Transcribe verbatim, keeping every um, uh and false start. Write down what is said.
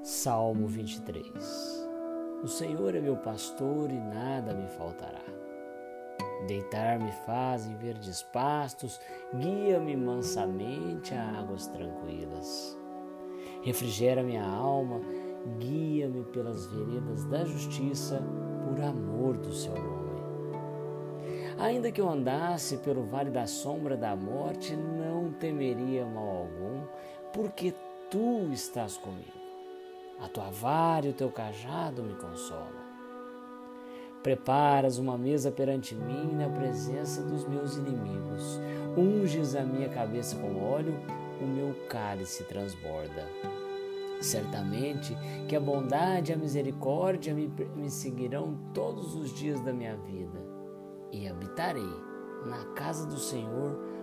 Salmo vinte e três. O Senhor é meu pastor e nada me faltará. Deitar-me faz em verdes pastos, guia-me mansamente a águas tranquilas. Refrigera minha alma, guia-me pelas veredas da justiça, por amor do seu nome. Ainda que eu andasse pelo vale da sombra da morte, não temeria mal algum, porque tu estás comigo. A tua vara e o teu cajado me consolam. Preparas uma mesa perante mim na presença dos meus inimigos. Unges a minha cabeça com óleo, o meu cálice transborda. Certamente que a bondade e a misericórdia me, me seguirão todos os dias da minha vida, e habitarei na casa do Senhor